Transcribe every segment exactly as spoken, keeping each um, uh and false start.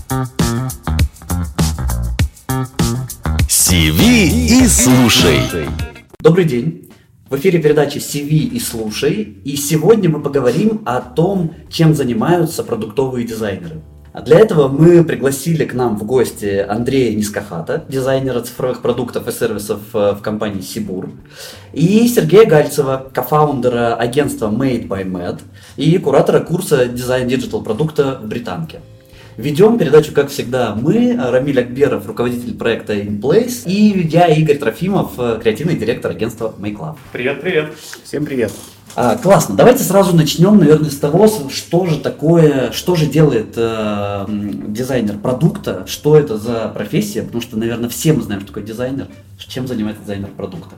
си ви и слушай. Добрый день. В эфире передача си ви и слушай. И сегодня мы поговорим о том, чем занимаются продуктовые дизайнеры. А для этого мы пригласили к нам в гости Андрея Нискахата, дизайнера цифровых продуктов и сервисов в компании Сибур, и Сергея Гальцева, кофаундера агентства Made by Med и куратора курса дизайн диджитал продукта в Британке. Ведем передачу, как всегда, мы, Рамиль Акберов, руководитель проекта InPlace, и я, Игорь Трофимов, креативный директор агентства MakeLove. Привет, привет. Всем привет. А, классно. Давайте сразу начнем, наверное, с того, что же такое, что же делает э, дизайнер продукта, что это за профессия, потому что, наверное, все мы знаем, что такое дизайнер, чем занимается дизайнер продукта.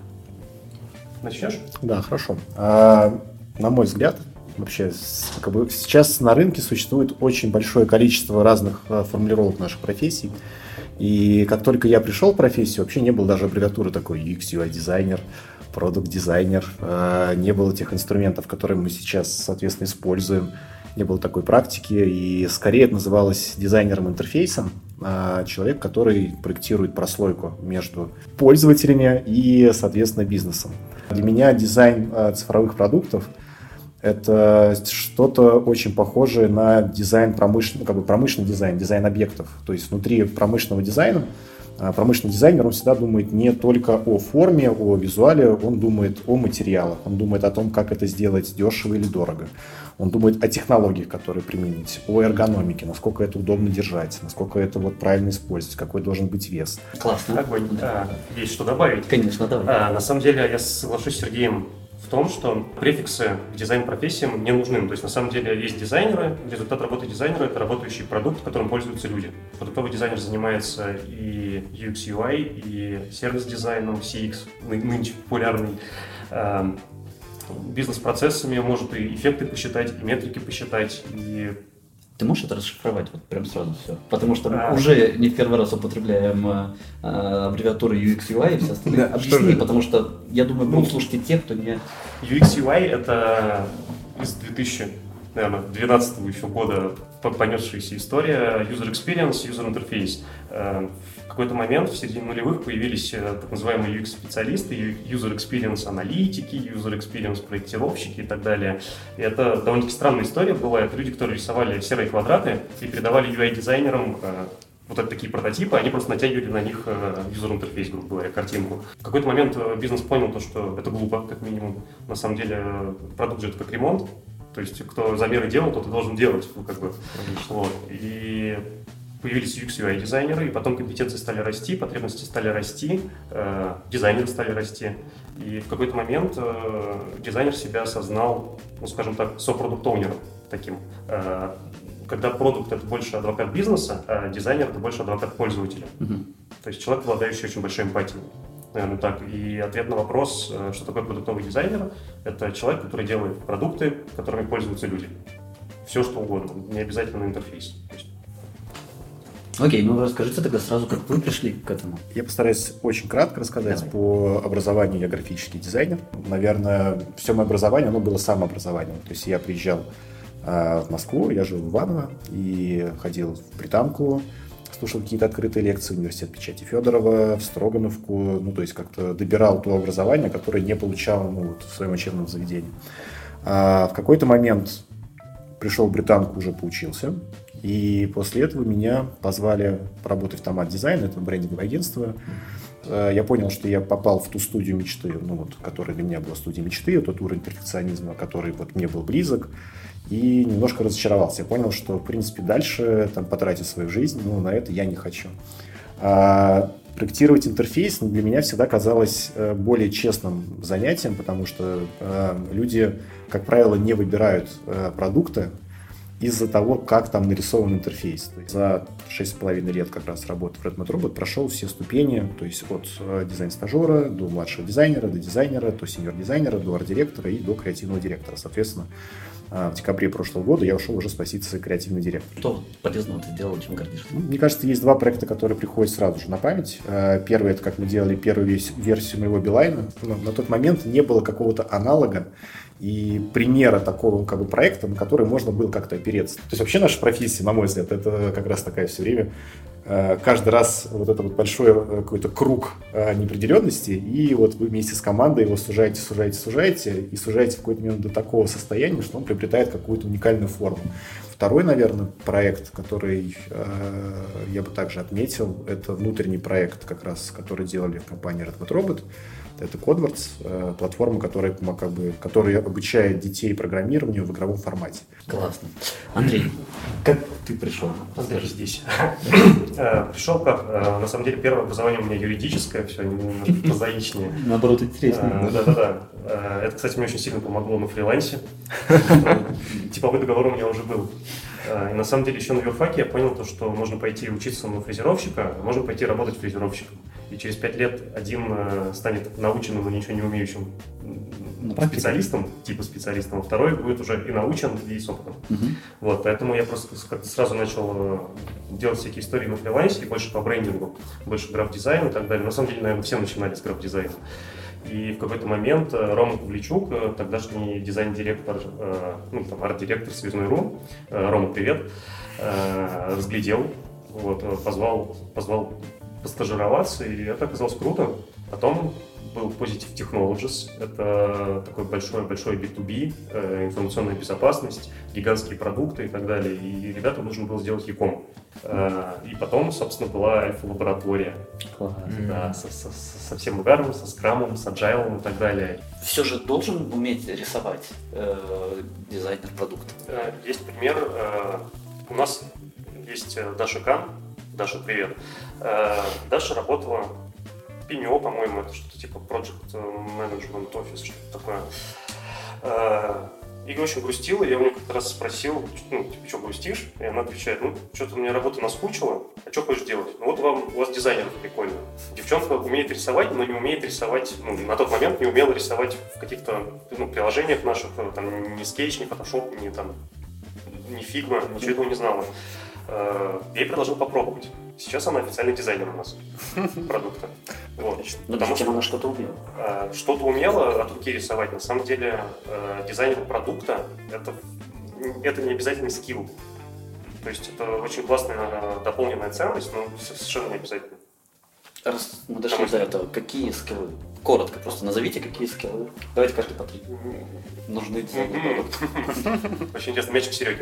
Начнешь? Да, хорошо. А, на мой взгляд, вообще, как бы сейчас на рынке существует очень большое количество разных а, формулировок наших профессий. И как только я пришел в профессию, вообще не было даже аббревиатуры такой ю экс ю ай-дизайнер, продукт-дизайнер. А, не было тех инструментов, которые мы сейчас, соответственно, используем. Не было такой практики. И скорее это называлось дизайнером интерфейсом. А, человек, который проектирует прослойку между пользователями и, соответственно, бизнесом. Для меня дизайн а, цифровых продуктов это что-то очень похожее на дизайн промышленный, как бы промышленный дизайн, дизайн объектов. То есть внутри промышленного дизайна промышленный дизайнер, он всегда думает не только о форме, о визуале, он думает о материалах, он думает о том, как это сделать дешево или дорого. Он думает о технологиях, которые применить, о эргономике, насколько это удобно держать, насколько это вот правильно использовать, какой должен быть вес. Классно. Огонь. Да. А, есть что добавить. Конечно, давай. А, на самом деле, я соглашусь с Сергеем в том, что префиксы к дизайн-профессиям не нужны. То есть, на самом деле, есть дизайнеры, результат работы дизайнера – это работающий продукт, которым пользуются люди. Продуктовый дизайнер занимается и ю экс ю ай, и сервис-дизайном, си икс, нынче популярный, бизнес-процессами, может и эффекты посчитать, и метрики посчитать, и... Ты можешь это расшифровать вот прям сразу все? Потому что мы а... уже не в первый раз употребляем а, аббревиатуры ю экс ю ай и все остальные. Да, объясни, потому что, я думаю, будут слушать и те, кто не... ю экс ю ай – это из две тысячи двенадцатого еще года понесшаяся история, user experience, user interface. В какой-то момент, в середине нулевых, появились так называемые ю экс-специалисты, user experience аналитики, user experience проектировщики и так далее. И это довольно-таки странная история была. Это люди, которые рисовали серые квадраты и передавали ю ай-дизайнерам вот это такие прототипы, они просто натягивали на них user interface, грубо говоря, картинку. В какой-то момент бизнес понял, то, что это глупо, как минимум. На самом деле продукт же это как ремонт. То есть, кто замеры делал, тот и должен делать. Ну, как бы. Вот. И появились ю экс ю ай-дизайнеры, и потом компетенции стали расти, потребности стали расти, э, дизайнеры стали расти. И в какой-то момент э, дизайнер себя осознал, ну, скажем так, сопродукт-оунером таким. Э, когда продукт – это больше адвокат бизнеса, а дизайнер – это больше адвокат пользователя. Mm-hmm. То есть, человек, обладающий очень большой эмпатией. Наверное, так. И ответ на вопрос, что такое продуктовый дизайнер, это человек, который делает продукты, которыми пользуются люди. Все, что угодно, не обязательно интерфейс. Окей, ну расскажите тогда сразу, как вы пришли к этому. Я постараюсь очень кратко рассказать. Давай. По образованию я графический дизайнер. Наверное, все мое образование, оно было самообразованием. То есть я приезжал э, в Москву, я жил в Иваново и ходил в Британку, слушал какие-то открытые лекции в университет печати Федорова, в Строгановку, ну, то есть как-то добирал то образование, которое не получал ну, вот, в своем учебном заведении. А в какой-то момент пришел в Британку, уже поучился, и после этого меня позвали поработать в Томат Дизайн, это брендинговое агентство. Я понял, что я попал в ту студию мечты, ну, вот, которая для меня была студия мечты, тот уровень перфекционизма, который вот, мне был близок. И немножко разочаровался. Я понял, что, в принципе, дальше там, потратить свою жизнь, ну, на это я не хочу. А проектировать интерфейс для меня всегда казалось более честным занятием, потому что а, люди, как правило, не выбирают а, продукты из-за того, как там нарисован интерфейс. То есть за шесть с половиной лет как раз работы в Red Mat Robot прошел все ступени, то есть от дизайн-стажера до младшего дизайнера, до дизайнера, до сеньор-дизайнера, до арт-директора и до креативного директора. Соответственно, в декабре прошлого года я ушел уже с позиции креативный директор. Что полезного ты делал, чем гордишься? Мне кажется, есть два проекта, которые приходят сразу же на память. Первый – это как мы делали первую версию моего Билайна. Но на тот момент не было какого-то аналога, и примера такого как бы проекта, на который можно было как-то опереться. То есть вообще наша профессия, на мой взгляд, это как раз такая все время каждый раз вот это вот большой какой-то круг неопределенности, и вот вы вместе с командой его сужаете, сужаете, сужаете, и сужаете в какой-то момент до такого состояния, что он приобретает какую-то уникальную форму. Второй, наверное, проект, который э, я бы также отметил, это внутренний проект, как раз, который делали в компании Red Hat Robot. Это Codewars, э, платформа, которая, как бы, которая обучает детей программированию в игровом формате. Классно. Андрей, как ты пришел? Андрей здесь. Пришел как? На самом деле первое образование у меня юридическое, все немножко прозаичнее. Наоборот, интереснее. Да-да-да. Это, кстати, мне очень сильно помогло на фрилансе. Типовой договор у меня уже был. И на самом деле еще на юрфаке я понял, то, что можно пойти учиться на фрезеровщика, а можно пойти работать фрезеровщиком. И через пять лет один станет наученным, но ничего не умеющим специалистом, типа специалистом, а второй будет уже и научен, и с опытом. Uh-huh. Вот, поэтому я просто как-то сразу начал делать всякие истории на фрилансе, больше по брендингу, больше граф-дизайну и так далее. На самом деле, наверное, все начинали с граф-дизайна. И в какой-то момент Рома Павличук, тогдашний дизайн-директор, ну, там, арт-директор Связной.ру, Рома, привет, разглядел, вот, позвал, позвал постажироваться, и это оказалось круто. Потом был Positive Technologies, это такой большой-большой би ту би, информационная безопасность, гигантские продукты и так далее. И ребятам нужно было сделать e-com. И потом, собственно, была альфа-лаборатория. Да, со, со, со всем угаром, со скрамом, с agile и так далее. Все же должен уметь рисовать э, дизайнер продукта. Есть пример. У нас есть Даша Кан. Даша, привет. Даша работала в пи эм о, по-моему, это что-то типа Project Management Office, что-то такое. И очень грустила, я у нее как-то раз спросил, ну, типа, что грустишь? И она отвечает, ну, что-то у меня работа наскучила, а что хочешь делать? Ну, вот вам, у вас дизайнер прикольно. Девчонка умеет рисовать, но не умеет рисовать, ну, на тот момент не умела рисовать в каких-то, ну, приложениях наших, там, ни Sketch, ни Photoshop, ни там, ни Figma, ничего этого не знала. Я ей предложил попробовать. Сейчас она официальный дизайнер у нас продукта. Вот. Ну, потому что она что-то умела. Что-то умела от руки рисовать. На самом деле дизайнер продукта это, это не обязательный скилл. То есть это очень классная дополненная ценность, но совершенно не обязательно. Раз мы дошли до этого, какие скиллы? Коротко просто назовите, какие скиллы. Давайте каждый по три. Нужны дизайнеры продукта. Очень интересно, мяч к Сереге.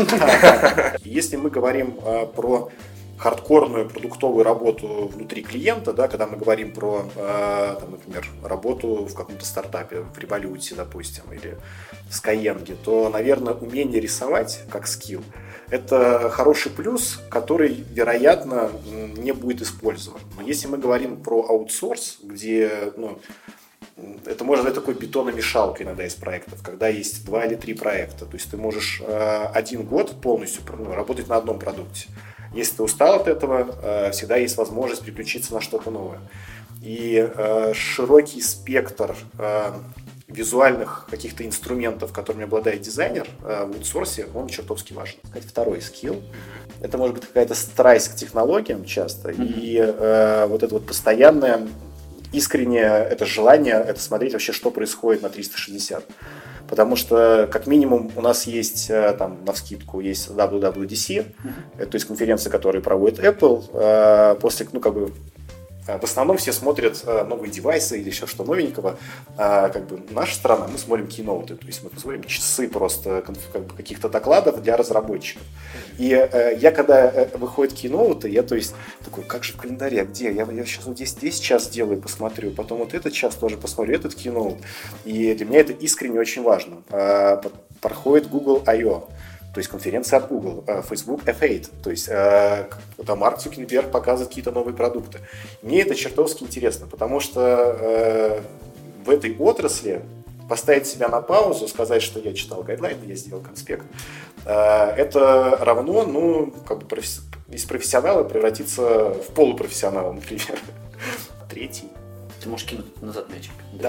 Если мы говорим э, про хардкорную продуктовую работу внутри клиента, да, когда мы говорим про, э, там, например, работу в каком-то стартапе, в Revolut, допустим, или в Skyeng, то, наверное, умение рисовать как скилл – это хороший плюс, который, вероятно, не будет использован. Но если мы говорим про аутсорс, где, ну, это можно быть такой бетономешалкой иногда из проектов, когда есть два или три проекта. То есть ты можешь э, один год полностью ну, работать на одном продукте. Если ты устал от этого, э, всегда есть возможность переключиться на что-то новое. И э, широкий спектр э, визуальных каких-то инструментов, которыми обладает дизайнер э, в аутсорсе, он чертовски важен. Второй скилл. Это может быть какая-то страсть к технологиям часто. Mm-hmm. И э, вот это вот постоянное искреннее это желание это смотреть вообще, что происходит на триста шестьдесят. Потому что, как минимум, у нас есть, там, навскидку, есть дабл ю дабл ю ди си, mm-hmm. то есть конференция, которую проводит Apple. После, ну, как бы, в основном все смотрят новые девайсы или еще что новенького. А, как бы, наша страна, мы смотрим кейноуты, то есть мы смотрим часы просто как бы, каких-то докладов для разработчиков. И э, я, когда э, выходят кейноуты, я, то есть, такой, как же в календаре, а где? Я, я сейчас вот здесь, здесь час делаю, посмотрю, потом вот этот час тоже посмотрю, этот кейноут. И для меня это искренне очень важно. А, проходит Google ай о. То есть конференция от Google, Facebook эф восемь, то есть э, там Марк Цукерберг показывает какие-то новые продукты. Мне это чертовски интересно, потому что э, в этой отрасли поставить себя на паузу, сказать, что я читал гайдлайны, я сделал конспект, э, это равно, ну, как бы профи- из профессионала превратиться в полупрофессионала, например. Третий. Ты можешь кинуть назад мячик. Да.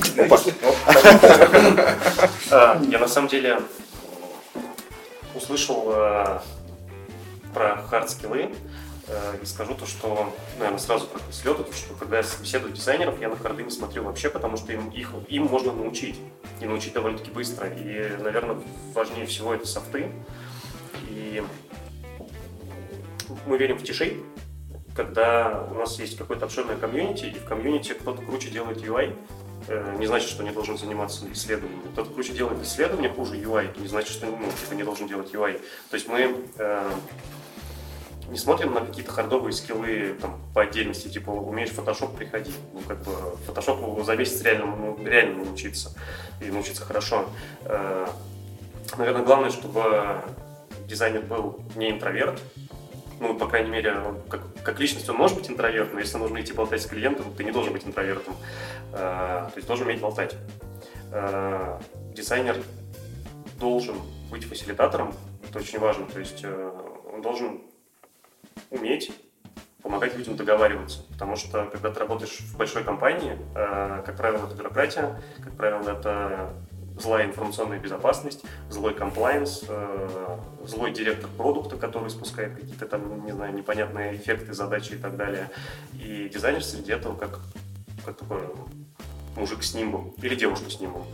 Я на самом деле услышал э, про хардскиллы И скажу то, что, наверное, сразу как с лёту, что когда я собеседую дизайнеров, я на харды не смотрю вообще, потому что им, их, им можно научить. И научить довольно-таки быстро. И, наверное, важнее всего это софты. И мы верим в T-shape, когда у нас есть какое-то обширное комьюнити, и в комьюнити кто-то круче делает ю ай, не значит, что не должен заниматься исследованием. Кто-то круче делает исследования, хуже ю ай, не значит, что ну, типа, не должен делать ю ай. То есть мы э, не смотрим на какие-то хардовые скиллы там, по отдельности, типа умеешь Photoshop, приходи. Ну, как бы Photoshop за месяц реально, ну, реально научиться, и научиться хорошо. Э, наверное, главное, чтобы дизайнер был не интроверт. Ну, по крайней мере, как, как личность он может быть интровертом, но если нужно идти болтать с клиентом, ты не должен быть интровертом. Э, то есть должен уметь болтать. Э, дизайнер должен быть фасилитатором, это очень важно. То есть э, он должен уметь помогать людям договариваться. Потому что, когда ты работаешь в большой компании, э, как правило, это бюрократия, как правило, это злая информационная безопасность, злой комплайенс, э, злой директор продукта, который спускает какие-то там, не знаю, непонятные эффекты, задачи и так далее. И дизайнер среди этого как, как такой мужик с нимбом или девушка с нимбом.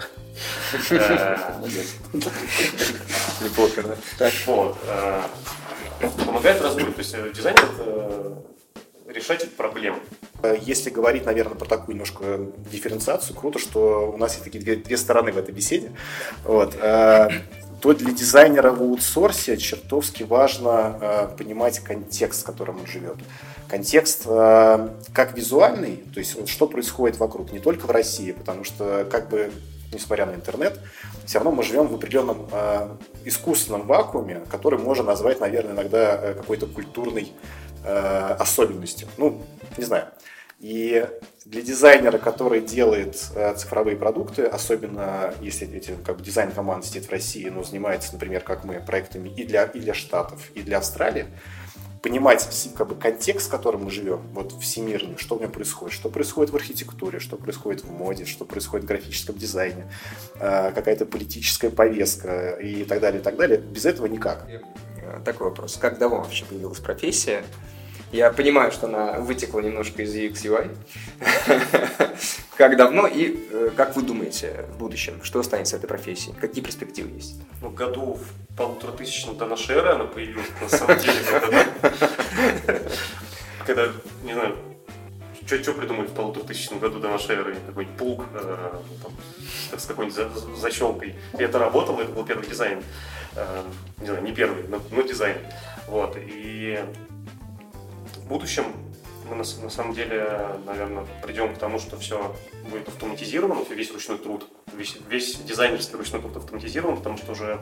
Неплохо, да? Так вот. Помогает разбудить. То есть дизайнер — это решатель проблем. Если говорить, наверное, про такую немножко дифференциацию, круто, что у нас есть такие две, две стороны в этой беседе. Вот. То для дизайнера в аутсорсе чертовски важно понимать контекст, в котором он живет. Контекст как визуальный, то есть что происходит вокруг, не только в России, потому что как бы несмотря на интернет, все равно мы живем в определенном э, искусственном вакууме, который можно назвать, наверное, иногда какой-то культурной э, особенностью. Ну, не знаю. И для дизайнера, который делает э, цифровые продукты, особенно если эти как бы, дизайн-команда сидит в России, но занимается, например, как мы, проектами и для, и для Штатов, и для Австралии, понимать как бы, контекст, в котором мы живем, вот всемирный, что у меня происходит, что происходит в архитектуре, что происходит в моде, что происходит в графическом дизайне, э, какая-то политическая повестка и так далее, и так далее. Без этого никак. Такой вопрос. Как давно вообще появилась профессия? Я понимаю, что она вытекла немножко из ю экс ю ай. Как давно и э, как вы думаете в будущем, что останется этой профессией? Какие перспективы есть? Ну, году в полутора тысячном до нашей эры она появилась, на самом деле, когда, не знаю, что придумали в полутора тысячном году до нашей эры, какой-нибудь плуг с какой-нибудь защелкой. И это работало, это был первый дизайн. Не знаю, не первый, но дизайн. Вот, и в будущем мы на, на самом деле, наверное, придем к тому, что все будет автоматизировано, весь ручной труд, весь, весь дизайнерский ручной труд автоматизирован, потому что уже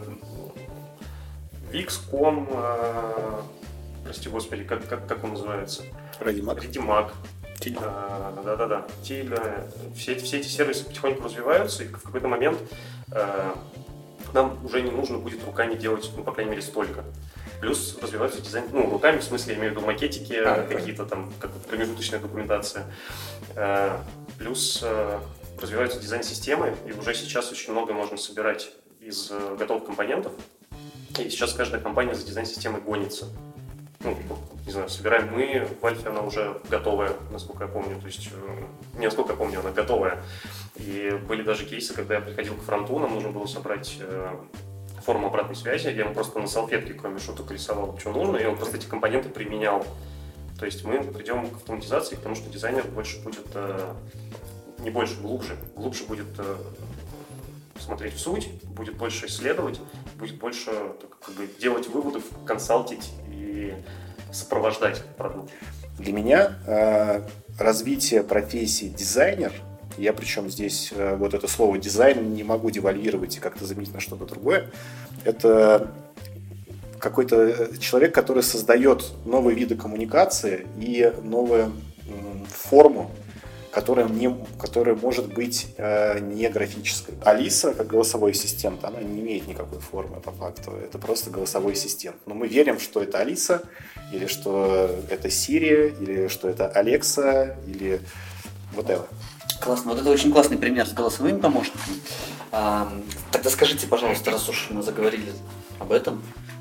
Wix, Ком, э, прости господи, как, как, как он называется? Redimag. Redimag. Э, да-да-да. Тиль, э, все, все эти сервисы потихоньку развиваются, и в какой-то момент э, нам уже не нужно будет руками делать, ну, по крайней мере, столько. Плюс развиваются дизайн, ну, руками, в смысле, я имею в виду макетики, а, какие-то там, как промежуточная документация. Э, плюс э, развиваются дизайн-системы, и уже сейчас очень много можно собирать из э, готовых компонентов. И сейчас каждая компания за дизайн-системой гонится. Ну, не знаю, собираем мы, в Альфе она уже готовая, насколько я помню. То есть, э, не насколько я помню, она готовая. И были даже кейсы, когда я приходил к фронту, нам нужно было собрать э, форму обратной связи, я ему просто на салфетке, кроме шуток, рисовал, что нужно, и он просто эти компоненты применял. То есть мы придем к автоматизации, потому что дизайнер больше будет, э, не больше, глубже, глубже будет э, смотреть в суть, будет больше исследовать, будет больше так, как бы, делать выводы, консалтить и сопровождать продукт. Для меня э, развитие профессии дизайнер, я причем здесь э, вот это слово дизайн не могу девальвировать и как-то заменить на что-то другое, это какой-то человек, который создает новые виды коммуникации и новую м, форму, которая, не, которая может быть э, не графической. Алиса, как голосовой ассистент, она не имеет никакой формы по факту. Это просто голосовой ассистент. Но мы верим, что это Алиса, или что это Siri, или что это Alexa, или whatever. Классно. Вот это очень классный пример с голосовыми помощниками. А, тогда скажите, пожалуйста, раз уж мы заговорили об этом, а,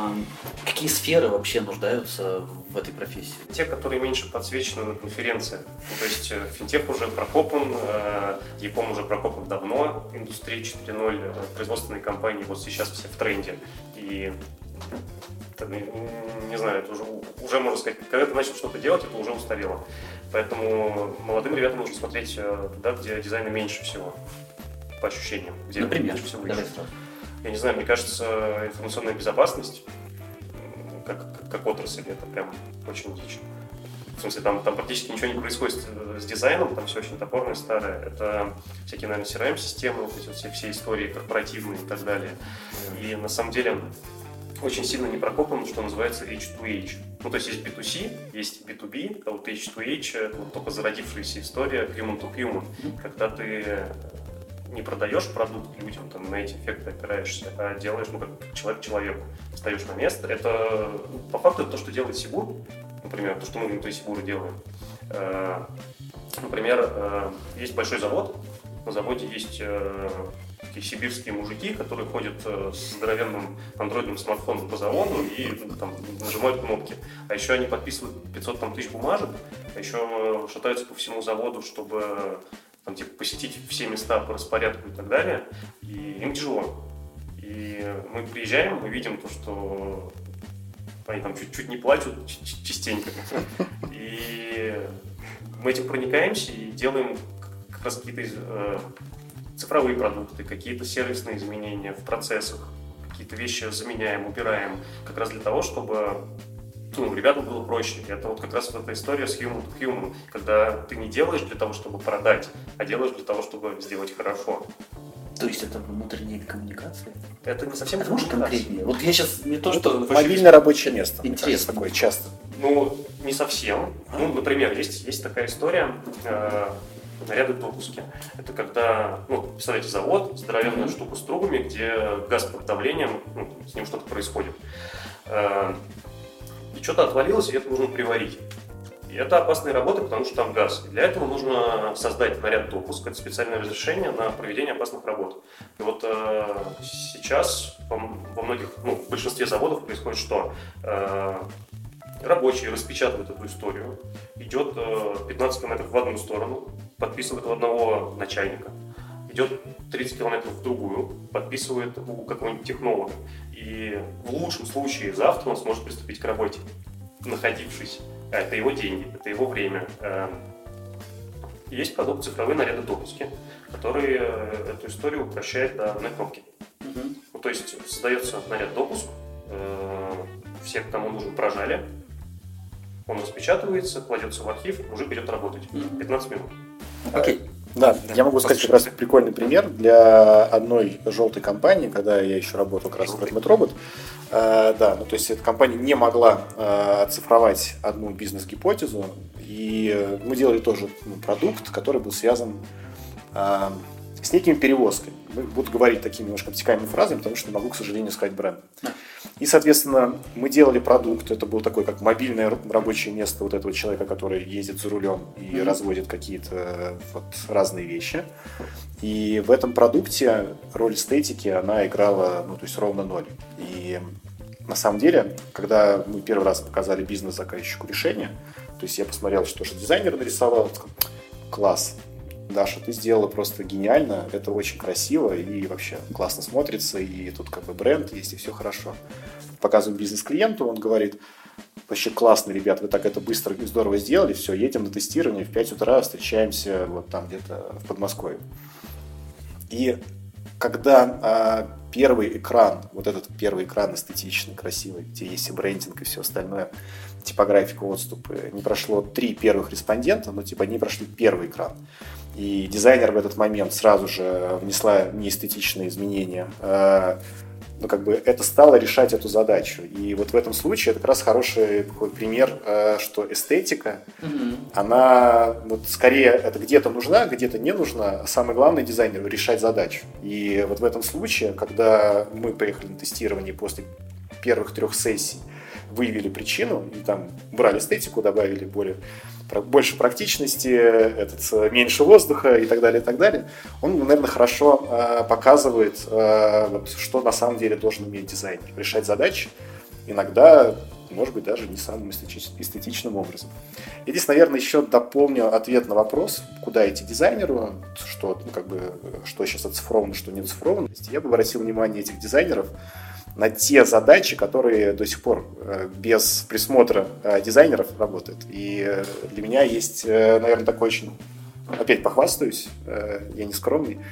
А какие сферы вообще нуждаются в этой профессии? Те, которые меньше подсвечены на конференциях. Ну, то есть финтех уже прокопан, Япон уже прокопан давно, индустрия четыре ноль, производственные компании вот сейчас все в тренде. И не знаю, это уже, уже можно сказать, когда ты начал что-то делать, это уже устарело. Поэтому молодым ребятам нужно смотреть туда, где дизайна меньше всего, по ощущениям. Где Например, меньше всего давай ищут. сразу. Я не знаю, мне кажется, информационная безопасность, как, как, как отрасль, это прям очень дичь. В смысле, там, там практически ничего не происходит с, с дизайном, там все очень топорное, старое. Это всякие, наверное, си ар эм-системы, вот эти вот все, все истории корпоративные и так далее. И на самом деле очень сильно не прокопано, что называется эйч ту эйч. Ну, то есть есть би ту си, есть би ту би, а вот эйч ту эйч — это вот только зародившаяся история human to human, когда ты не продаешь продукт людям, там, на эти эффекты опираешься, а делаешь, ну, как человек человеку, встаешь на место. Это, по факту, это то, что делает Сибур, например, то, что мы внутри Сибура делаем. Например, есть большой завод, на заводе есть такие сибирские мужики, которые ходят с здоровенным андроидным смартфоном по заводу и там нажимают кнопки. А еще они подписывают пятьсот там, тысяч бумажек, а еще шатаются по всему заводу, чтобы там, типа, посетить все места по распорядку и так далее. И им тяжело. И мы приезжаем, мы видим то, что они там чуть-чуть не плачут частенько. И мы этим проникаемся и делаем как раз какие-то э, цифровые продукты, какие-то сервисные изменения в процессах, какие-то вещи заменяем, убираем, как раз для того, чтобы ну, ребятам было проще. И это вот как раз вот эта история с human to human, когда ты не делаешь для того, чтобы продать, а делаешь для того, чтобы сделать хорошо. То есть это внутренние коммуникации? Это не совсем Это может конкретнее? Вот я сейчас не то, Ну, что... это мобильное рабочее место. Интересно. Такое часто. Ну, не совсем. Ну, например, есть, есть такая история, э, наряды допуски. Это когда, ну, представляете, завод, здоровенная mm-hmm. штука с трубами, где газ под давлением, ну, с ним что-то происходит. Э, и что-то отвалилось, и это нужно приварить. И это опасная работа, потому что там газ. И для этого нужно создать наряд допуск, это специальное разрешение на проведение опасных работ. И вот э, сейчас во, во многих, ну, в большинстве заводов происходит что? Э, рабочие распечатывают эту историю, идет э, пятнадцать километров в одну сторону, подписывает у одного начальника, идет тридцать километров в другую, подписывает у какого-нибудь технолога. И в лучшем случае завтра он сможет приступить к работе, находившись. Это его деньги, это его время. Есть продукт цифровые наряды допуски, который эту историю упрощает до одной кнопки. Mm-hmm. Ну, то есть создается наряд допуск, все, кому нужен, прожали, он распечатывается, кладется в архив, мужик идет работать. пятнадцать минут. Окей. Okay. Да, да, я могу сказать как раз прикольный пример для одной желтой компании, когда я еще работал как раз в Red Робот. Uh, да, ну то есть эта компания не могла uh, оцифровать одну бизнес-гипотезу, и мы делали тоже ну, продукт, который был связан uh, с некими перевозками. Буду говорить такими немножко обтекаемыми фразами, потому что не могу, к сожалению, сказать бренд. И, соответственно, мы делали продукт, это был такой, как мобильное рабочее место вот этого человека, который ездит за рулем и mm-hmm. разводит какие-то вот разные вещи. И в этом продукте роль эстетики, она играла, ну, то есть ровно ноль. И на самом деле, когда мы первый раз показали бизнес-заказчику решение, то есть я посмотрел, что же дизайнер нарисовал, сказал, класс, Даша, ты сделала просто гениально, это очень красиво и вообще классно смотрится, и тут как бы бренд есть, и все хорошо. Показываем бизнес-клиенту, он говорит, вообще классно, ребят, вы так это быстро и здорово сделали, все, едем на тестирование, в пять утра встречаемся вот там где-то в Подмосковье. И когда а, первый экран, вот этот первый экран эстетичный, красивый, где есть и брендинг, и все остальное, типографика, отступы, не прошло три первых респондента, но типа не прошли первый экран. И дизайнер в этот момент сразу же внесла неэстетичные изменения. Ну, как бы это стало решать эту задачу. И вот в этом случае это как раз хороший такой пример, что эстетика, mm-hmm. она вот скорее это где-то нужна, где-то не нужна. А самое главное дизайнеру решать задачу. И вот в этом случае, когда мы поехали на тестирование после первых трех сессий, выявили причину и там убрали эстетику, добавили более, больше практичности, этот, меньше воздуха и так далее, и так далее, он, наверное, хорошо э, показывает, э, вот, что на самом деле должен уметь дизайнер. Решать задачи иногда, может быть, даже не самым эстетичным образом. И здесь, наверное, еще дополню ответ на вопрос, куда идти дизайнеру, что, ну, как бы, что сейчас оцифровано, что не оцифровано. Я бы обратил внимание этих дизайнеров на те задачи, которые до сих пор без присмотра дизайнеров работают. И для меня есть, наверное, такой очень... Опять похвастаюсь, я не скромный.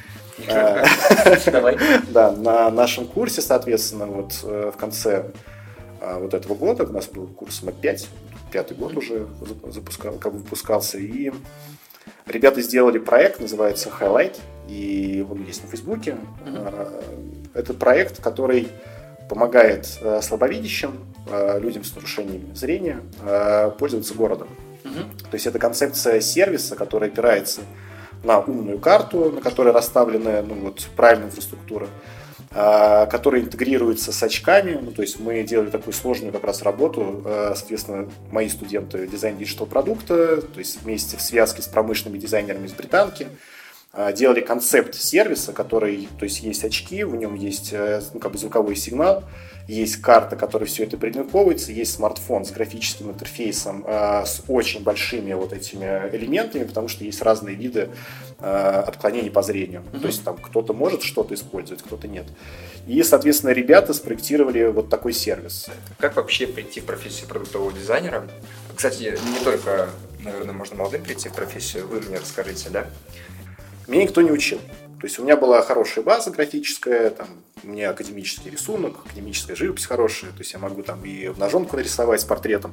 Давай. Да, на нашем курсе, соответственно, вот в конце вот этого года, у нас был курс эм пять, пятый год уже запускал, как бы выпускался, и ребята сделали проект, называется Highlight, и он есть на Фейсбуке. Это проект, который помогает слабовидящим, людям с нарушением зрения пользоваться городом. То есть это концепция сервиса, которая опирается на умную карту, на которой расставлена, ну, вот, правильная инфраструктура, которая интегрируется с очками. Ну, то есть мы делали такую сложную как раз работу. Соответственно, мои студенты дизайн диджитал-продукта, то есть вместе в связке с промышленными дизайнерами из Британки, делали концепт сервиса, который, то есть есть очки, в нем есть, ну, как бы звуковой сигнал, есть карта, которая все это прилинковывается, есть смартфон с графическим интерфейсом, э, с очень большими вот этими элементами, потому что есть разные виды э, отклонений по зрению. Mm-hmm. То есть там кто-то может что-то использовать, кто-то нет. И, соответственно, ребята спроектировали вот такой сервис. Как вообще прийти в профессию продуктового дизайнера? Кстати, не только, наверное, можно молодым прийти в профессию, вы мне расскажите, да? Меня никто не учил. То есть у меня была хорошая база графическая, там, у меня академический рисунок, академическая живопись хорошая, то есть я могу там и ножонку нарисовать с портретом.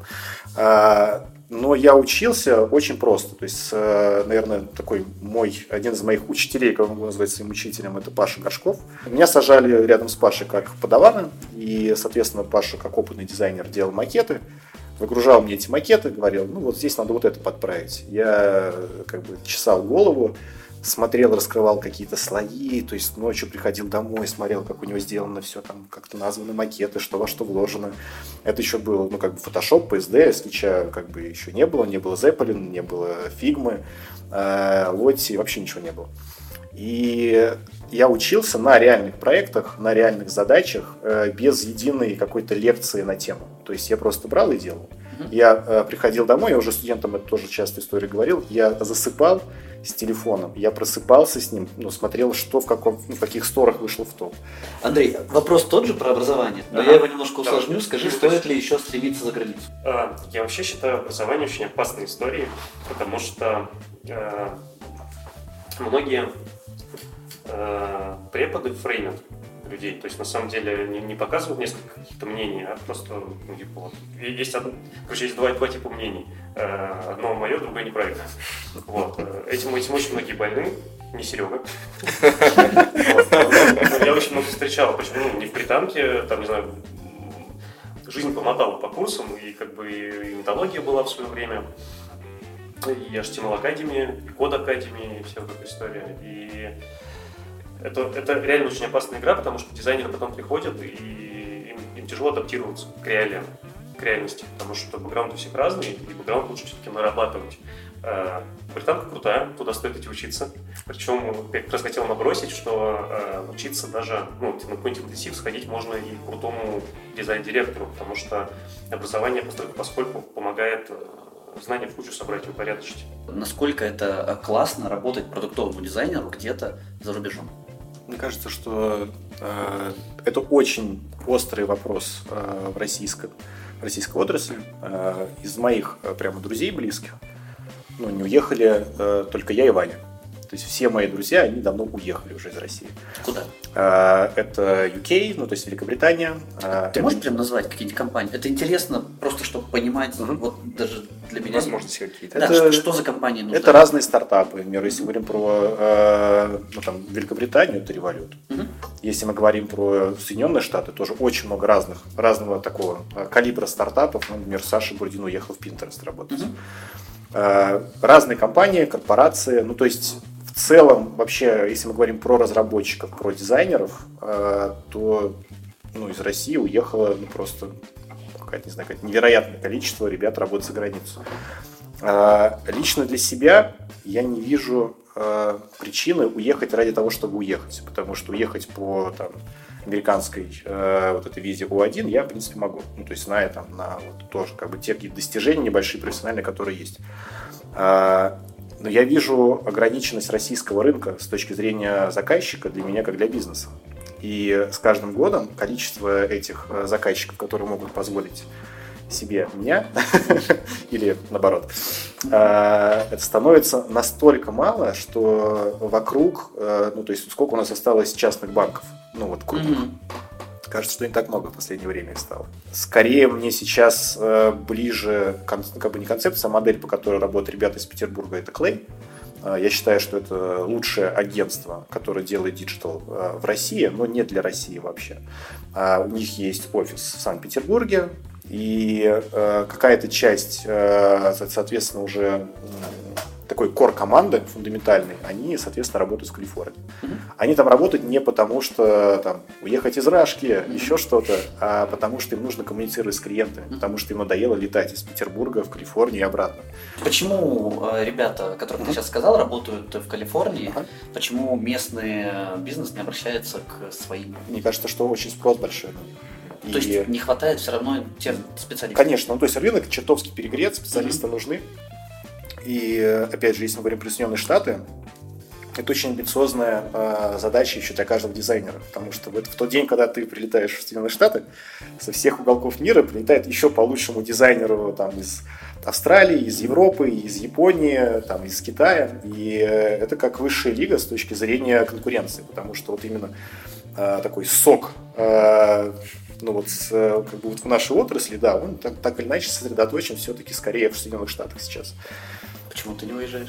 Но я учился очень просто. То есть, наверное, такой мой, один из моих учителей, как я могу назвать своим учителем, это Паша Горшков. Меня сажали рядом с Пашей как подавана, и, соответственно, Паша, как опытный дизайнер, делал макеты. Выгружал мне эти макеты, говорил, ну вот здесь надо вот это подправить. Я как бы чесал голову, смотрел, раскрывал какие-то слои, то есть ночью приходил домой, смотрел, как у него сделано все, там как-то названы макеты, что во что вложено. Это еще было, ну, как бы Photoshop, пи эс ди, скетча как бы еще не было, не было Zeppelin, не было Figma, Lottie, вообще ничего не было. И я учился на реальных проектах, на реальных задачах, без единой какой-то лекции на тему. То есть я просто брал и делал. Я приходил домой, я уже студентам это тоже часто историю говорил, я засыпал с телефоном, я просыпался с ним, ну, смотрел, что в, каком, в каких сторах вышло в топ. Андрей, вопрос тот же про образование, но ага. я его немножко усложню. Да. Скажи, да, стоит ли еще стремиться за границу? Я вообще считаю образование очень опасной историей, потому что э, многие э, преподы фреймят людей. То есть, на самом деле, не, не показывают несколько каких-то мнений, а просто, ну, типа, вот, есть, одно, короче, есть два, два типа мнений. Одно мое, другое неправильно. Вот. Этим, этим очень многие больны, не Серега. Я очень много встречал, почему, ну, не в Британке, там, не знаю, жизнь помотала по курсам, и как бы и методология была в свое время, и эйч ти эм эл Академия, и Код Академия, и вся вот эта история. И Это, это реально очень опасная игра, потому что дизайнеры потом приходят, и им, им тяжело адаптироваться к реалиям, к реальности, потому что бэкграунд у всех разный, и бэкграунд лучше все-таки нарабатывать. Э, Британка крутая, туда стоит идти учиться. Причем я как раз хотел набросить, что э, учиться даже, ну, на какой-нибудь интенсив сходить можно и крутому дизайн-директору, потому что образование поскольку помогает знания в кучу собрать и упорядочить. Насколько это классно работать продуктовому дизайнеру где-то за рубежом? Мне кажется, что э, это очень острый вопрос э, в российской, российской отрасли. Э, из моих э, прямо друзей близких, ну, не уехали э, только я и Ваня. То есть все мои друзья, они давно уехали уже из России. Куда? Э, это ю кей, ну, то есть Великобритания. Э, Ты можешь прям назвать какие-нибудь компании? Это интересно просто, чтобы понимать, угу. вот даже для меня. Возможности какие-то. Да, это, что, что за компании нужны? Это разные стартапы. Например, если мы говорим про э, ну, там, Великобританию, это Revolut. Угу. Если мы говорим про Соединенные Штаты, тоже очень много разных, разного такого калибра стартапов. Например, Саша Бурдин уехал в Pinterest работать. Угу. Э, разные компании, корпорации. Ну, то есть в целом, вообще, если мы говорим про разработчиков, про дизайнеров, э, то, ну, из России уехало, ну, просто какое-то, не знаю, какое-то невероятное количество ребят работать за границу. Э, лично для себя я не вижу э, причины уехать ради того, чтобы уехать, потому что уехать по там, американской э, вот этой визе о один, я, в принципе, могу. Ну, то есть, зная там на вот, тоже как бы те какие-то достижения небольшие, профессиональные, которые есть. А, но я вижу ограниченность российского рынка с точки зрения заказчика для меня, как для бизнеса. И с каждым годом количество этих заказчиков, которые могут позволить себе меня, или наоборот, это становится настолько мало, что вокруг, ну то есть сколько у нас осталось частных банков, ну вот крупных, mm-hmm. кажется, что не так много в последнее время их стало. Скорее мне сейчас ближе, как бы не концепция, а модель, по которой работают ребята из Петербурга, это Clay. Я считаю, что это лучшее агентство, которое делает диджитал в России, но не для России вообще. У них есть офис в Санкт-Петербурге, и какая-то часть, соответственно, уже такой кор команды фундаментальной, они, соответственно, работают в Калифорнии. Mm-hmm. Они там работают не потому, что там, уехать из Рашки, mm-hmm. еще что-то, а потому что им нужно коммуницировать с клиентами, mm-hmm. потому что им надоело летать из Петербурга в Калифорнию и обратно. Почему э, ребята, о которых mm-hmm. ты сейчас сказал, работают в Калифорнии? Mm-hmm. Почему местный бизнес не обращается к своим? Мне кажется, что очень спрос большой. То и... есть не хватает все равно тех специалистов? Конечно, ну, то есть рынок чертовски перегрет, специалисты mm-hmm. нужны. И, опять же, если мы говорим про Соединенные Штаты, это очень амбициозная э, задача еще для каждого дизайнера, потому что вот в тот день, когда ты прилетаешь в Соединенные Штаты, со всех уголков мира прилетает еще по лучшему дизайнеру там, из Австралии, из Европы, из Японии, там, из Китая. И э, это как высшая лига с точки зрения конкуренции, потому что вот именно э, такой сок э, ну вот, как бы вот в нашей отрасли, да, он так, так или иначе сосредоточен все-таки скорее в Соединенных Штатах сейчас. Почему ты не уезжаешь?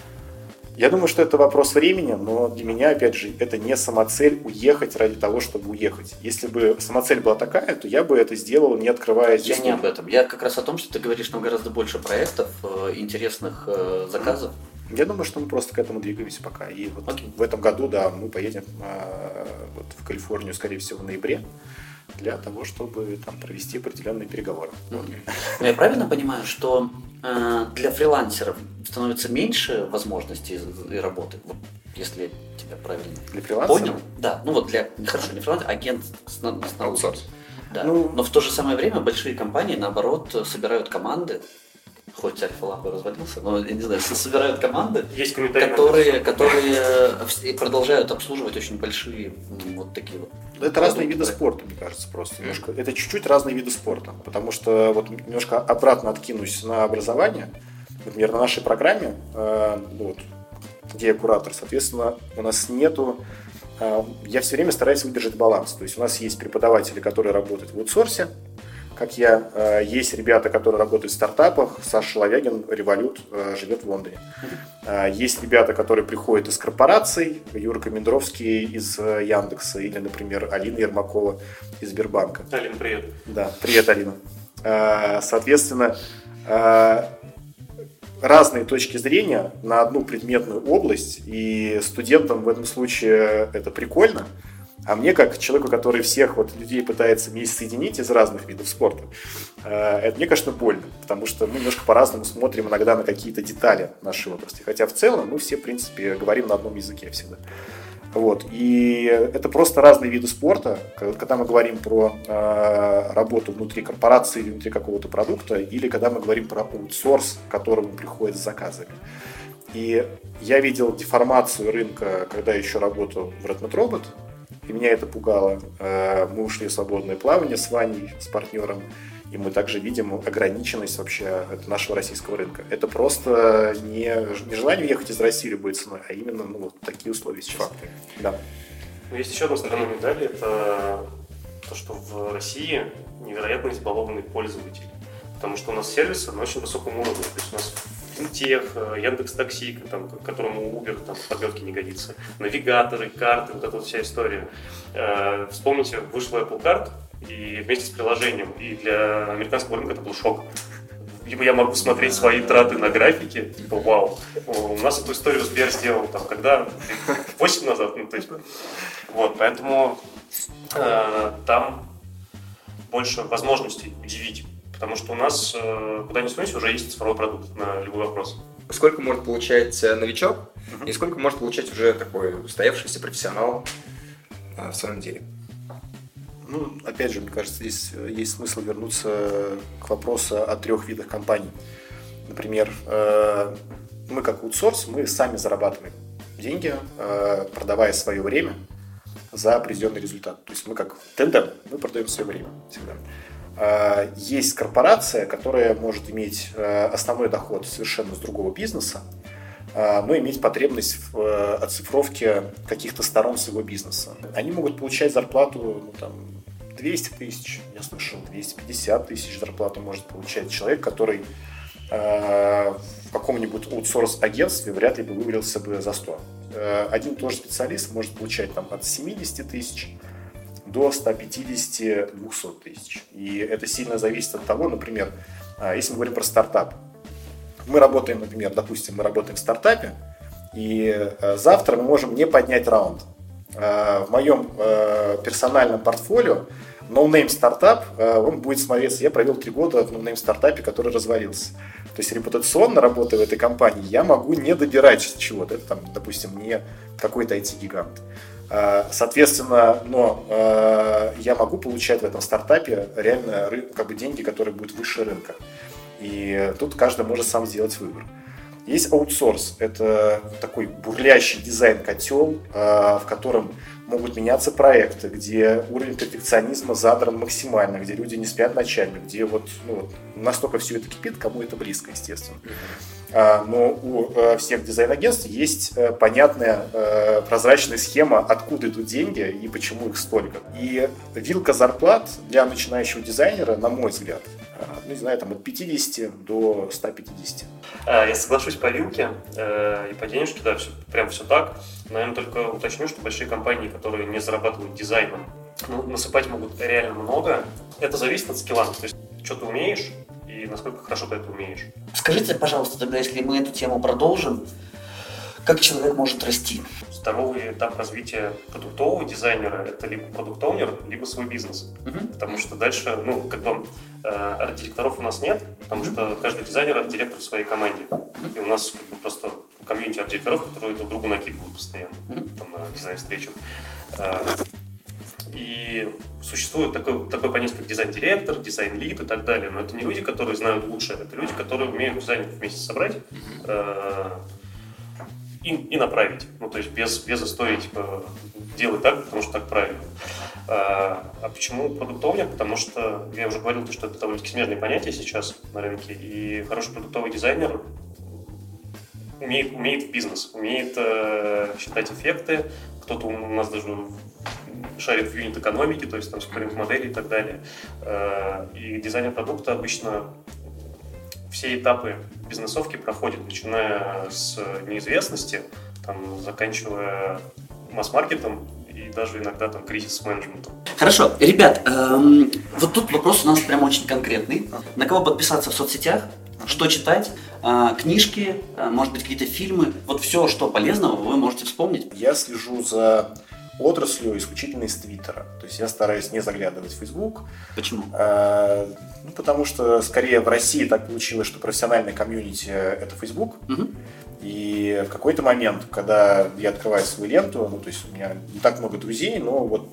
Я думаю, что это вопрос времени, но для меня, опять же, это не самоцель уехать ради того, чтобы уехать. Если бы самоцель была такая, то я бы это сделал, не открывая здесь. Я не об этом. Я как раз о том, что ты говоришь нам гораздо больше проектов, интересных заказов. Я думаю, что мы просто к этому двигаемся пока. И вот okay. в этом году, да, мы поедем э, вот в Калифорнию, скорее всего, в ноябре, для того, чтобы там провести определенные переговоры. Mm-hmm. Я правильно понимаю, что э, для фрилансеров становится меньше возможностей и работы, вот, если я тебя правильно для фрилансеров? Понял? Да, ну вот для, хорошо, не фрилансер, а агент с, с аутсорс. Да. Ну, но в то же самое время большие компании, наоборот, собирают команды, хоть Альфа-Лаб разводился, но, я не знаю, собирают команды, которые, которые продолжают обслуживать очень большие вот такие вот. Это разные виды спорта, мне кажется, просто. Немножко. Это чуть-чуть разные виды спорта, потому что вот немножко обратно откинусь на образование. Например, на нашей программе, э, вот, где я куратор, соответственно, у нас нету... Э, я все время стараюсь выдержать баланс. То есть у нас есть преподаватели, которые работают в аутсорсе, как я. Есть ребята, которые работают в стартапах. Саша Ловягин, Револют, живет в Лондоне. Есть ребята, которые приходят из корпораций. Юрка Мендровский из Яндекса. Или, например, Алина Ермакова из Сбербанка. Алина, привет. Да, привет, Алина. Соответственно, разные точки зрения на одну предметную область. И студентам в этом случае это прикольно. А мне, как человеку, который всех вот людей пытается вместе соединить из разных видов спорта, это мне, конечно, больно, потому что мы немножко по-разному смотрим иногда на какие-то детали нашей отрасли. Хотя в целом мы все, в принципе, говорим на одном языке всегда. Вот. И это просто разные виды спорта. Когда мы говорим про э, работу внутри корпорации или внутри какого-то продукта, или когда мы говорим про аутсорс, к которому приходят с заказами. И я видел деформацию рынка, когда еще работал в Red Mat Robot. И меня это пугало. Мы ушли в свободное плавание с Ваней, с партнером, и мы также видим ограниченность вообще нашего российского рынка. Это просто не, не желание уехать из России любой ценой, а именно ну, вот такие условия сейчас. Факты. Да. Но есть еще одна сторона медали, это то, что в России невероятно избалованный пользователь. Потому что у нас сервисы на очень высоком уровне. То есть у нас Финтех, Яндекс.Такси, там, к которому Uber там, в подметке не годится, навигаторы, карты, вот эта вот вся история. Э, вспомните, вышла Apple Card и вместе с приложением, и для американского рынка это был шок. Либо я могу смотреть свои траты на графике, типа вау, у нас эту историю Сбер сделал, там, когда, восемь назад, ну, то есть, вот, поэтому э, там больше возможностей удивить. Потому что у нас, куда ни сунься, уже есть цифровой продукт на любой вопрос. Сколько может получать новичок, uh-huh. и сколько может получать уже такой устоявшийся профессионал в своем деле? Ну, опять же, мне кажется, здесь есть смысл вернуться к вопросу о трех видах компаний. Например, мы как аутсорс, мы сами зарабатываем деньги, продавая свое время за определенный результат. То есть мы как тендер, мы продаем свое время всегда. Есть корпорация, которая может иметь основной доход совершенно с другого бизнеса, но иметь потребность в оцифровке каких-то сторон своего бизнеса. Они могут получать зарплату ну, там, двести тысяч, я слышал, двести пятьдесят тысяч зарплату может получать человек, который э, в каком-нибудь аутсорс-агентстве вряд ли бы вывалился бы за сто. Э, один и тот же специалист может получать там, от семьдесят тысяч до ста пятидесяти - двухсот тысяч. И это сильно зависит от того, например, э, если мы говорим про стартап. Мы работаем, например, допустим, мы работаем в стартапе, и э, завтра мы можем не поднять раунд. Э, в моем э, персональном портфолио ноунейм стартап, э, он будет смотреться. Я провел три года в ноунейм стартапе, который развалился. То есть репутационно работая в этой компании, я могу не добирать чего-то. Это, там, допустим, не какой-то ай ти-гигант. Э, соответственно, но э, я могу получать в этом стартапе реально как бы, деньги, которые будут выше рынка. И тут каждый может сам сделать выбор. Есть аутсорс. Это такой бурлящий дизайн-котел, в котором могут меняться проекты, где уровень перфекционизма задран максимально, где люди не спят ночами, где вот, ну, вот настолько все это кипит, кому это близко, естественно. Но у всех дизайн-агентств есть понятная прозрачная схема, откуда идут деньги и почему их столько. И вилка зарплат для начинающего дизайнера, на мой взгляд, ну, не знаю, там от пятидесяти до ста пятидесяти. Я соглашусь по вилке и по денежке, да, все, прям все так. Наверное, только уточню, что большие компании, которые не зарабатывают дизайном, ну, насыпать могут реально много. Это зависит от скилла, то есть что ты умеешь и насколько хорошо ты это умеешь. Скажите, пожалуйста, тогда, если мы эту тему продолжим, как человек может расти? Здоровый этап развития продуктового дизайнера – это либо продукт-оунер, либо свой бизнес. Uh-huh. Потому что дальше, ну, как бы, э, арт-директоров у нас нет, потому uh-huh. что каждый дизайнер – арт-директор в своей команде. Uh-huh. И у нас как бы, просто комьюнити арт-директоров, которые друг другу накидывают постоянно uh-huh. там, на дизайн-встречах. Э, и существует такое, такое понятие, как дизайн-директор, дизайн-лид и так далее. Но это не люди, которые знают лучше, это люди, которые умеют дизайнеров вместе собрать, э, И, и направить, ну то есть без, без истории типа делай так, потому что так правильно. А, а почему продуктовник? Потому что я уже говорил, что это довольно-таки смежные понятия сейчас на рынке, и хороший продуктовый дизайнер умеет, умеет бизнес, умеет э, считать эффекты, кто-то у нас даже шарит в юнит-экономике, то есть там спринт-модели и так далее. А, и дизайнер продукта обычно все этапы бизнесовки проходят, начиная с неизвестности, там, заканчивая масс-маркетом и даже иногда там кризис-менеджментом. Хорошо, ребят, эм, вот тут вопрос у нас прям очень конкретный. На кого подписаться в соцсетях, что читать, э, книжки, э, может быть какие-то фильмы, вот все, что полезного вы можете вспомнить. Я слежу за отраслью исключительно из Твиттера. То есть я стараюсь не заглядывать в Facebook. Почему? Э, ну, потому что скорее в России так получилось, что профессиональное комьюнити – это Facebook. Угу. И в какой-то момент, когда я открываю свою ленту, ну, то есть у меня не так много друзей, но вот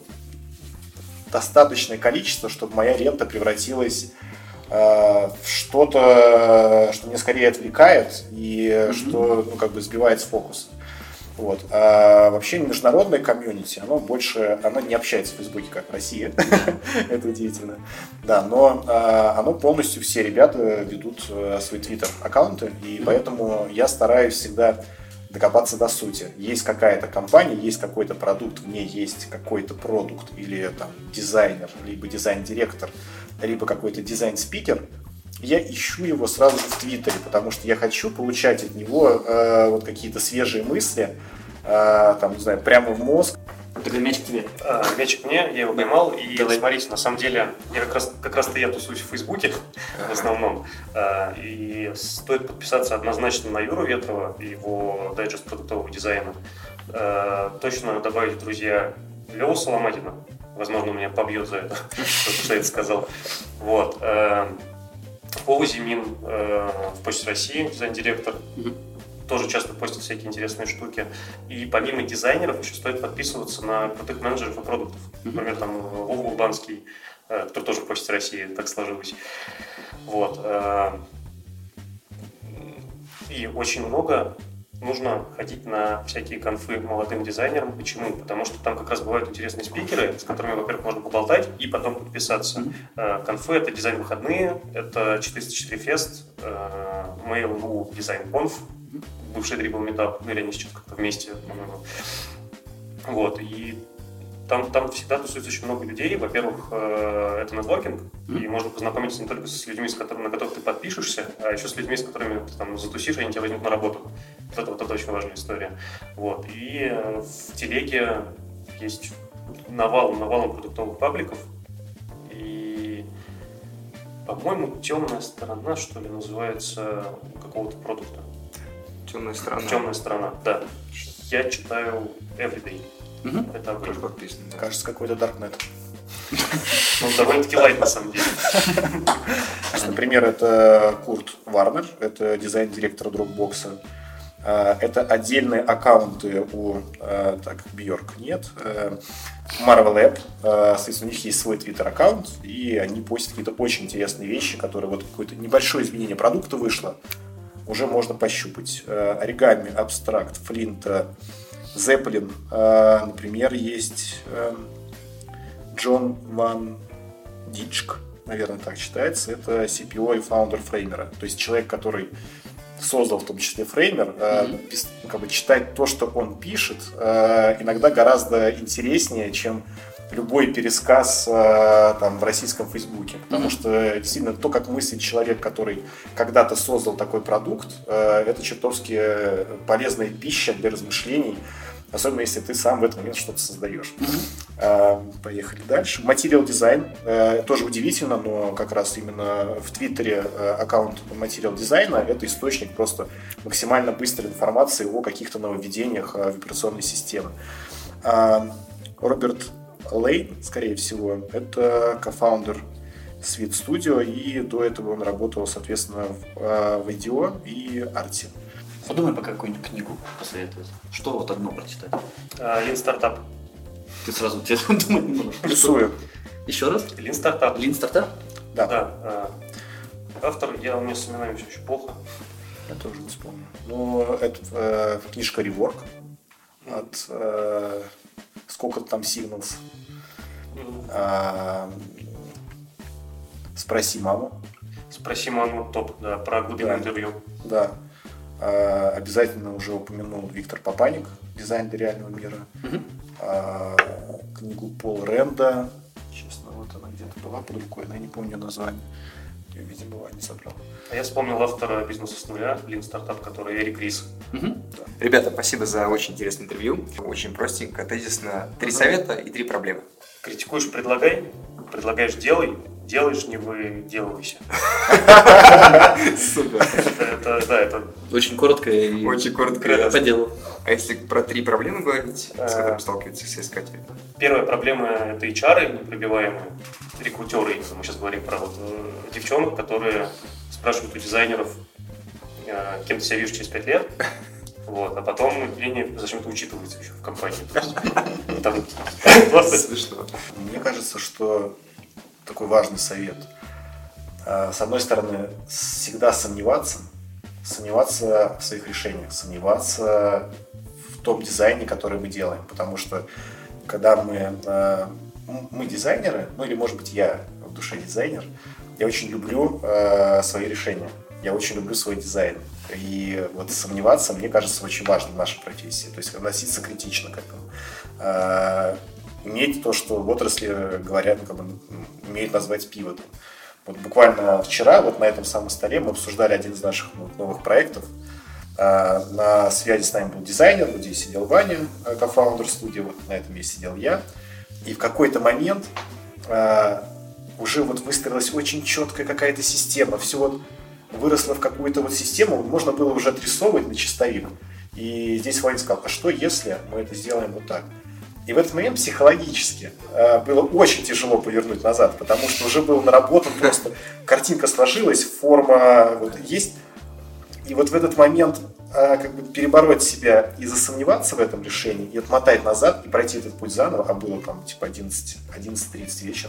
достаточное количество, чтобы моя лента превратилась э, в что-то, что меня скорее отвлекает и угу. что ну, как бы сбивает с фокуса. Вот. А вообще международное комьюнити, оно больше, оно не общается в Фейсбуке, как в России. Это удивительно. Да, но а, оно полностью, все ребята ведут а, свои твиттер-аккаунты, и поэтому я стараюсь всегда докопаться до сути. Есть какая-то компания, есть какой-то продукт, в ней есть какой-то продукт, или там дизайнер, либо дизайн-директор, либо какой-то дизайн-спикер, я ищу его сразу же в Твиттере, потому что я хочу получать от него э, вот какие-то свежие мысли, э, там, не знаю, прямо в мозг. Тогда мячик тебе. А, мячик мне, я его поймал, и Давай. Смотрите, на самом деле, я как раз, как раз-то я тусуюсь в Фейсбуке в основном, а, и стоит подписаться однозначно на Юру Ветрова, его дайджест продуктового дизайна. А, точно добавить, друзья, Леву Соломатина, возможно, меня побьет за это, что я это сказал. Вот. А, Вова Зимин э, в Почте России, дизайн-директор. Mm-hmm. тоже часто постят всякие интересные штуки. И помимо дизайнеров еще стоит подписываться на крутых менеджеров и продуктов. Например, там Вова Урбанский, который тоже в Почте России, так сложилось. Вот. И очень много нужно ходить на всякие конфы молодым дизайнерам. Почему? Потому что там как раз бывают интересные спикеры, с которыми, во-первых, можно поболтать и потом подписаться. Mm-hmm. Конфы — это дизайн-выходные, это четыреста четыре фест, Mail.ru дизайн-конф, бывший Dribble Meetup, или они сейчас как-то вместе, по-моему. Вот, и там, там всегда тусуется очень много людей. Во-первых, это нетворкинг, mm-hmm. и можно познакомиться не только с людьми, с которыми, на которых ты подпишешься, а еще с людьми, с которыми ты там затусишь, и они тебя возьмут на работу. Вот это, вот это очень важная история. Вот. И в телеге есть навал, навалом продуктовых пабликов. И, по-моему, темная сторона, что ли, называется, какого-то продукта. Темная сторона. Темная сторона, да. Я читаю Everyday. Угу. Это тоже подписано. Да. Кажется, какой-то Darknet. Ну, довольно-таки лайт, на самом деле. Например, это Курт Варнер, это дизайн-директор Dropbox. Это отдельные аккаунты у, так, Бьорк нет, Marvel App, соответственно, у них есть свой твиттер-аккаунт, и они постят какие-то очень интересные вещи, которые вот какое-то небольшое изменение продукта вышло, уже можно пощупать. Оригами, Абстракт, Флинт, Zeppelin, например, есть Джон Ван Дичк, наверное, так читается, это си пи о и фаундер Фреймера, то есть человек, который создал в том числе Фреймер, mm-hmm. э, как бы читать то, что он пишет, э, иногда гораздо интереснее, чем любой пересказ э, там, в российском Фейсбуке. Потому mm-hmm. что действительно то, как мыслит человек, который когда-то создал такой продукт, э, это чертовски полезная пища для размышлений, особенно если ты сам в этот момент что-то создаешь. Mm-hmm. Э, поехали дальше. Material Design. Э, тоже удивительно, но как раз именно в Твиттере э, аккаунт Material Design — это источник просто максимально быстрой информации о каких-то нововведениях э, в операционной системе. Э, Роберт Лейн, скорее всего, это кофаундер Sweet Studio, и до этого он работал, соответственно, в, в ай ди о и Арте. Подумай пока какую-нибудь книгу посоветовать. Что вот одно прочитать? Lean Startup. Ты сразу тебе думать не можешь. Плюсую. Еще раз? Lean Startup. Lean Startup? Да. Да. Автор, я у меня с именами все еще плохо. Я тоже не вспомню. Ну, это э, книжка Rework от э, сколько-то там Signals. Mm-hmm. А, Спроси маму. Спроси маму, топ, да, про глубинное да. интервью. Да. А, обязательно уже упомянул Виктор Папаник, дизайн для реального мира. Mm-hmm. А, книгу Пол Ренда. Честно, вот она где-то была под рукой, но я не помню название. Ее, видимо, не собрал. А я вспомнил автора «Бизнеса с нуля», Lean Startup, который Эрик Рис. Mm-hmm. Да. Ребята, спасибо за очень интересное интервью. Очень простенько, тезисно. Три mm-hmm. совета и три проблемы. Критикуешь — предлагай, предлагаешь — делай, делаешь — не выделывайся. Супер. Это, да, это... Очень коротко и очень коротко по делу. А если про три проблемы говорить, с которыми сталкиваются соискатели? Первая проблема — это эйч ар, непробиваемые рекрутеры. Мы сейчас говорим про вот девчонок, которые спрашивают у дизайнеров, кем ты себя видишь через пять лет. Вот, а потом они зачем-то учитываются еще в компании. Там просто смешно. Мне кажется, что такой важный совет. С одной стороны, всегда сомневаться, сомневаться в своих решениях, сомневаться в том дизайне, который мы делаем. Потому что когда мы, мы дизайнеры, ну или может быть я в душе дизайнер, я очень люблю свои решения. Я очень люблю свой дизайн. И вот сомневаться, мне кажется, очень важно в нашей профессии. То есть относиться критично к этому. А, иметь то, что в отрасли говорят, ну, как бы, умеют назвать пивотом. Вот буквально вчера вот на этом самом столе мы обсуждали один из наших ну, новых проектов. А, на связи с нами был дизайнер, вот здесь сидел Ваня, кофаундер студии, вот на этом месте сидел я. И в какой-то момент а, уже вот выстроилась очень четкая какая-то система. Все вот выросло в какую-то вот систему, можно было уже отрисовывать на чистовик. И здесь Ваня сказал, а что если мы это сделаем вот так? И в этот момент психологически э, было очень тяжело повернуть назад, потому что уже был наработан просто, картинка сложилась, форма вот есть. И вот в этот момент а, как бы перебороть себя и засомневаться в этом решении, и отмотать назад, и пройти этот путь заново, а было там типа одиннадцать тридцать вечера.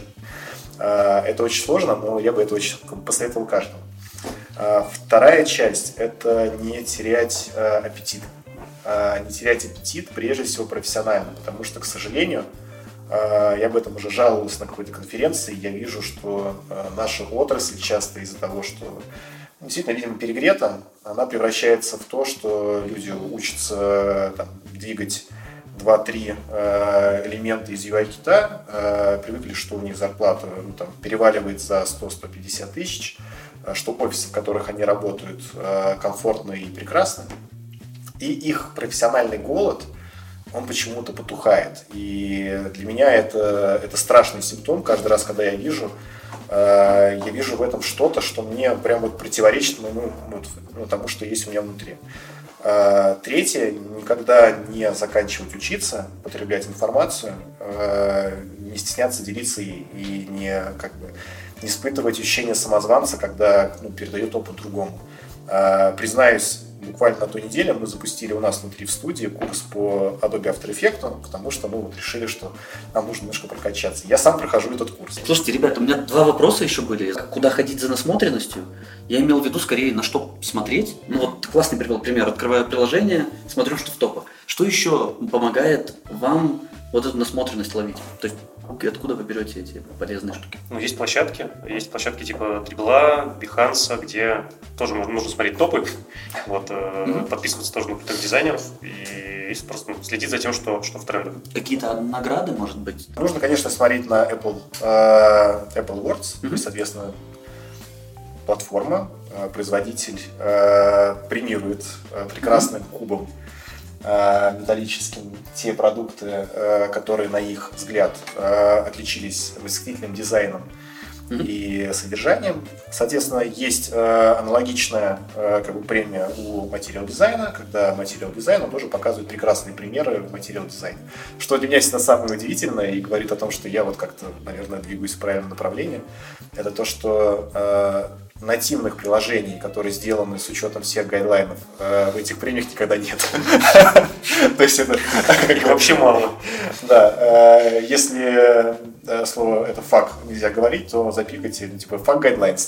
А, это очень сложно, но я бы это очень как бы, посоветовал каждому. А, вторая часть – это не терять а, аппетит. А, не терять аппетит, прежде всего, профессионально, потому что, к сожалению, я об этом уже жаловался на какой-то конференции. Я вижу, что наша отрасль часто из-за того, что действительно, видимо, перегрета, она превращается в то, что люди учатся там, двигать два-три элемента из ю ай-кита, привыкли, что у них зарплата ну, там, переваливает за сто - сто пятьдесят тысяч, что офисы, в которых они работают, комфортно и прекрасно. И их профессиональный голод он почему-то потухает. И для меня это, это страшный симптом. Каждый раз, когда я вижу, э, я вижу в этом что-то, что мне прям вот противоречит моему, вот, ну, тому, что есть у меня внутри. Э, третье, никогда не заканчивать учиться, потреблять информацию, э, не стесняться делиться ей и не, как бы, не испытывать ощущение самозванца, когда ну, передает опыт другому. Э, признаюсь, буквально на той неделе мы запустили у нас внутри в студии курс по Adobe After Effects, потому что мы вот решили, что нам нужно немножко прокачаться. Я сам прохожу этот курс. Слушайте, ребята, у меня два вопроса еще были. Куда ходить за насмотренностью? Я имел в виду скорее на что смотреть. Ну вот ты классный привел пример. Открываю приложение, смотрю, что в топах. Что еще помогает вам вот эту насмотренность ловить? То есть откуда вы берете эти полезные штуки? Ну, есть площадки. Есть площадки типа Dribbble, Behance, где тоже можно, нужно смотреть топы, вот, mm-hmm. подписываться тоже на крутых дизайнеров и просто ну, следить за тем, что, что в трендах. Какие-то награды, может быть? Нужно, конечно, смотреть на Apple, э, Apple Awards, mm-hmm. соответственно, платформа, э, производитель э, премирует э, прекрасным mm-hmm. кубом металлическим те продукты, которые, на их взгляд, отличились восхитительным дизайном mm-hmm. и содержанием. Соответственно, есть аналогичная как бы, премия у Material Design, когда Material Design тоже показывает прекрасные примеры в Material Design. Что для меня, естественно, самое удивительное и говорит о том, что я вот как-то, наверное, двигаюсь в правильном направлении, это то, что нативных приложений, которые сделаны с учетом всех гайдлайнов, в этих премиях никогда нет. То есть это вообще мало. Да, если слово это фак нельзя говорить, то запикайте, типа фак гайдлайнс.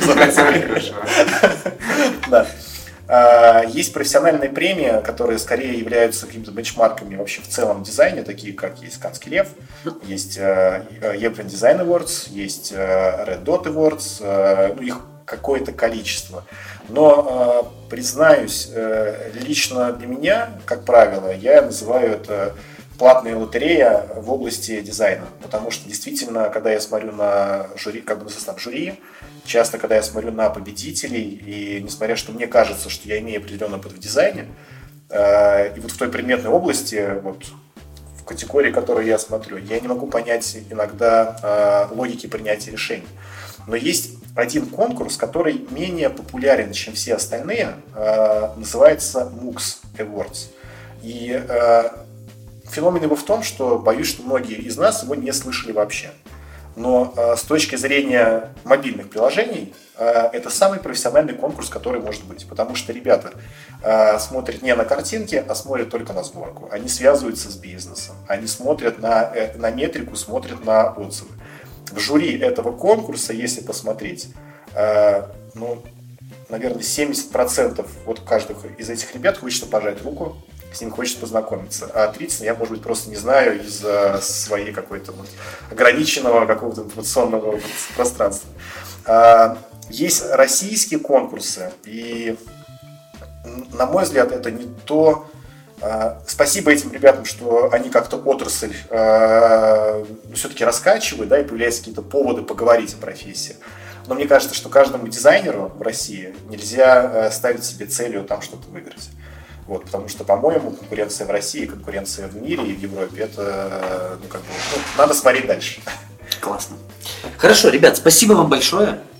Да. Есть профессиональные премии, которые скорее являются какими-то бенчмарками вообще в целом дизайне, такие как есть Каннский лев, есть European Design Awards, есть Red Dot Awards, ну, их какое-то количество. Но, признаюсь, лично для меня, как правило, я называю это платная лотерея в области дизайна, потому что действительно, когда я смотрю на жюри, как бы на состав жюри, часто, когда я смотрю на победителей, и несмотря что мне кажется, что я имею определенный опыт в дизайне, э, и вот в той предметной области, вот, в категории, которую я смотрю, я не могу понять иногда э, логики принятия решений. Но есть один конкурс, который менее популярен, чем все остальные, э, называется мукс Awards. И э, феномен его в том, что боюсь, что многие из нас его не слышали вообще. Но э, с точки зрения мобильных приложений, э, это самый профессиональный конкурс, который может быть. Потому что ребята э, смотрят не на картинки, а смотрят только на сборку. Они связываются с бизнесом, они смотрят на, э, на метрику, смотрят на отзывы. В жюри этого конкурса, если посмотреть, э, ну, наверное, семьдесят процентов вот каждого из этих ребят хочется пожать руку, с ним хочется познакомиться. А тридцать я, может быть, просто не знаю из-за своей какой-то вот ограниченного какого-то информационного вот пространства. Есть российские конкурсы, и, на мой взгляд, это не то. Спасибо этим ребятам, что они как-то отрасль все-таки раскачивают, да, и появляются какие-то поводы поговорить о профессии. Но мне кажется, что каждому дизайнеру в России нельзя ставить себе целью там что-то выиграть. Вот, потому что, по-моему, конкуренция в России, конкуренция в мире и в Европе, это, ну, как бы, ну, надо смотреть дальше. Классно. Хорошо, ребят, спасибо вам большое.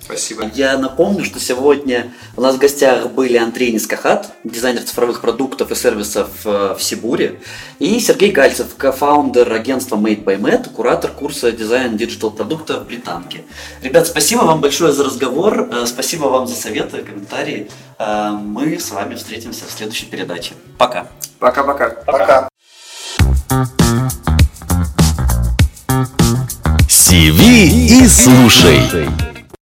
Спасибо. Я напомню, что сегодня у нас в гостях были Андрей Нискахат, дизайнер цифровых продуктов и сервисов в Сибуре, и Сергей Гальцев, кофаундер агентства Made by Matt, куратор курса дизайн диджитал продукта в Британке. Ребят, спасибо вам большое за разговор, спасибо вам за советы, комментарии. Мы с вами встретимся в следующей передаче. Пока. Пока-пока. Пока. си ви и слушай.